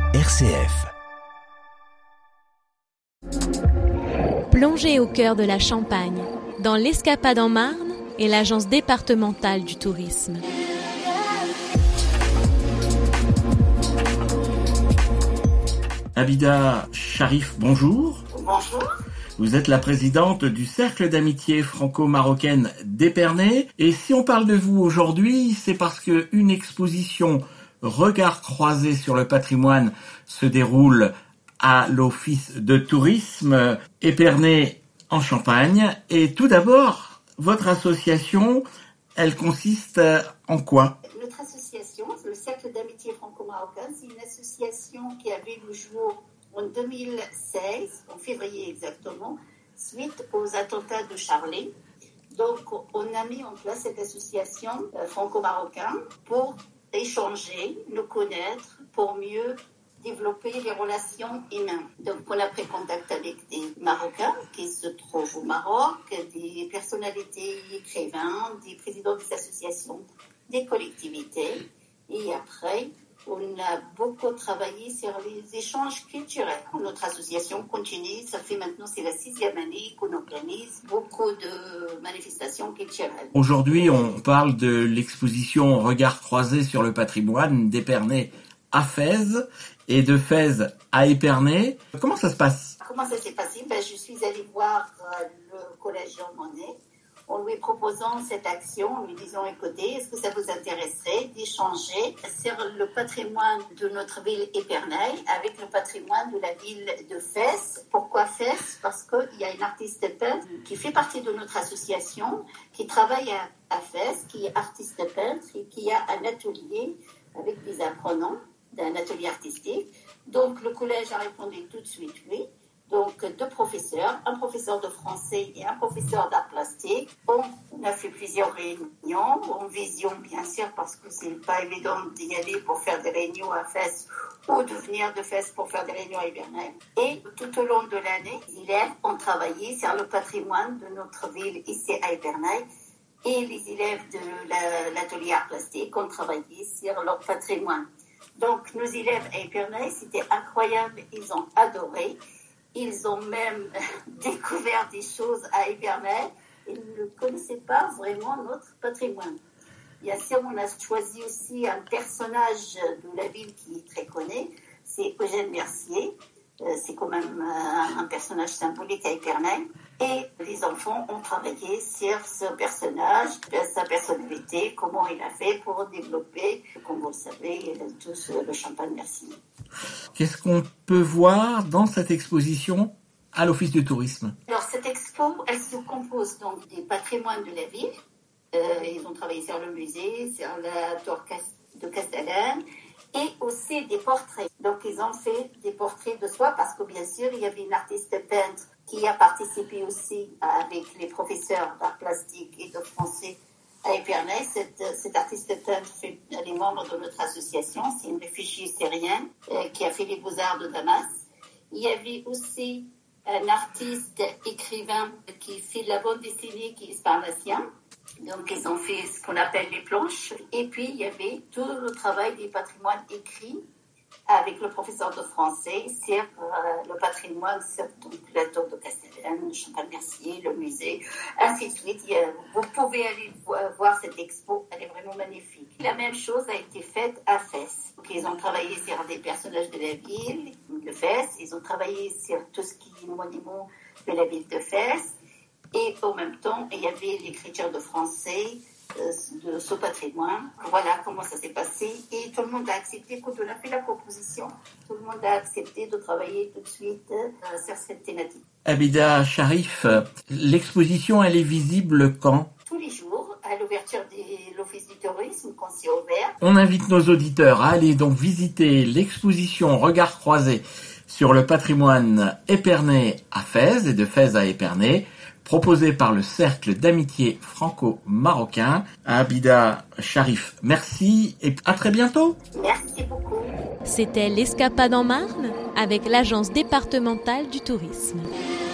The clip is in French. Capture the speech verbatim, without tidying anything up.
R C F. Plongez au cœur de la Champagne, dans l'Escapade en Marne et l'Agence départementale du tourisme. Abida Sharif, bonjour. Bonjour. Vous êtes la présidente du Cercle d'amitié franco-marocaine d'Épernay. Et si on parle de vous aujourd'hui, c'est parce qu'une exposition Regards croisés sur le patrimoine se déroule à l'Office de tourisme Épernay en Champagne. Et tout d'abord, votre association, elle consiste en quoi ? Notre association, le Cercle d'amitié franco-marocaine, c'est une association qui a vu le jour en deux mille seize, en février exactement, suite aux attentats de Charlie. Donc, on a mis en place cette association euh, franco-marocaine pour échanger, nous connaître, pour mieux développer les relations humaines. Donc, on a pris contact avec des Marocains qui se trouvent au Maroc, des personnalités écrivains, des présidents des associations, des collectivités. Et après, on a beaucoup travaillé sur les échanges culturels. Notre association continue, ça fait maintenant, c'est la sixième année qu'on organise beaucoup de manifestations culturelles. Aujourd'hui, on parle de l'exposition Regards croisés sur le patrimoine d'Épernay à Fès et de Fès à Épernay. Comment ça se passe ? Comment ça s'est passé ? Ben, je suis allée voir euh, le collège Jean Monnet en lui proposant cette action, en lui disant, écoutez, est-ce que ça vous intéresserait d'échanger sur le patrimoine de notre ville Épernay avec le patrimoine de la ville de Fès. Pourquoi Fès ? Parce qu'il y a une artiste peintre qui fait partie de notre association, qui travaille à, à Fès, qui est artiste peintre et qui a un atelier avec des apprenants d'un atelier artistique. Donc, le collège a répondu tout de suite oui. Donc, deux professeurs, un professeur de français et un professeur d'art plastique. On, on a fait plusieurs réunions, en vision bien sûr, parce que c'est pas évident d'y aller pour faire des réunions à Fès ou de venir de Fès pour faire des réunions à Épernay. Et tout au long de l'année, les élèves ont travaillé sur le patrimoine de notre ville ici à Épernay. Et les élèves de la, l'atelier art plastique ont travaillé sur leur patrimoine. Donc, nos élèves à Épernay, c'était incroyable, ils ont adoré. Ils ont même découvert des choses à Épernay. Ils ne connaissaient pas vraiment notre patrimoine. Bien sûr, on a choisi aussi un personnage de la ville qui est très connu, c'est Eugène Mercier. C'est quand même un personnage symbolique à Épernay. Et les enfants ont travaillé sur ce personnage, sa personnalité, comment il a fait pour développer, comme vous le savez, tous le Champagne Mercier. Qu'est-ce qu'on peut voir dans cette exposition à l'Office du tourisme ? Alors, cette expo, elle se compose donc des patrimoines de la ville. Euh, ils ont travaillé sur le musée, sur la tour de Castellane, et aussi des portraits. Donc, ils ont fait des portraits de soi parce que, bien sûr, il y avait une artiste peintre qui a participé aussi avec les professeurs d'art plastique et de français à Épernay. Cette, cette artiste peintre fait les membres de notre association. C'est une réfugiée syrienne euh, qui a fait les beaux-arts de Damas. Il y avait aussi un artiste écrivain qui fait de la bande dessinée qui est sparnacien. Donc, ils ont fait ce qu'on appelle les planches. Et puis, il y avait tout le travail des patrimoines écrits avec le professeur de français sur euh, le patrimoine, sur donc, la tour de Castellane, le Champagne Mercier, le musée, ainsi de suite. Il y a, vous pouvez aller voir, voir cette expo, elle est vraiment magnifique. La même chose a été faite à Fès. Donc, ils ont travaillé sur des personnages de la ville de Fès, ils ont travaillé sur tout ce qui est monument de la ville de Fès, et en même temps, il y avait l'écriture de français, de ce patrimoine. Voilà comment ça s'est passé. Et tout le monde a accepté, quand on a fait la proposition, tout le monde a accepté de travailler tout de suite euh, sur cette thématique. Abida Sharif, l'exposition, elle est visible quand ? Tous les jours, à l'ouverture de l'Office du tourisme, quand c'est ouvert. On invite nos auditeurs à aller donc visiter l'exposition Regards croisés sur le patrimoine Épernay à Fès et de Fès à Épernay, proposé par le Cercle d'amitié franco-marocain. Abida Sharif, merci et à très bientôt. Merci beaucoup. C'était l'Escapade en Marne avec l'Agence départementale du tourisme.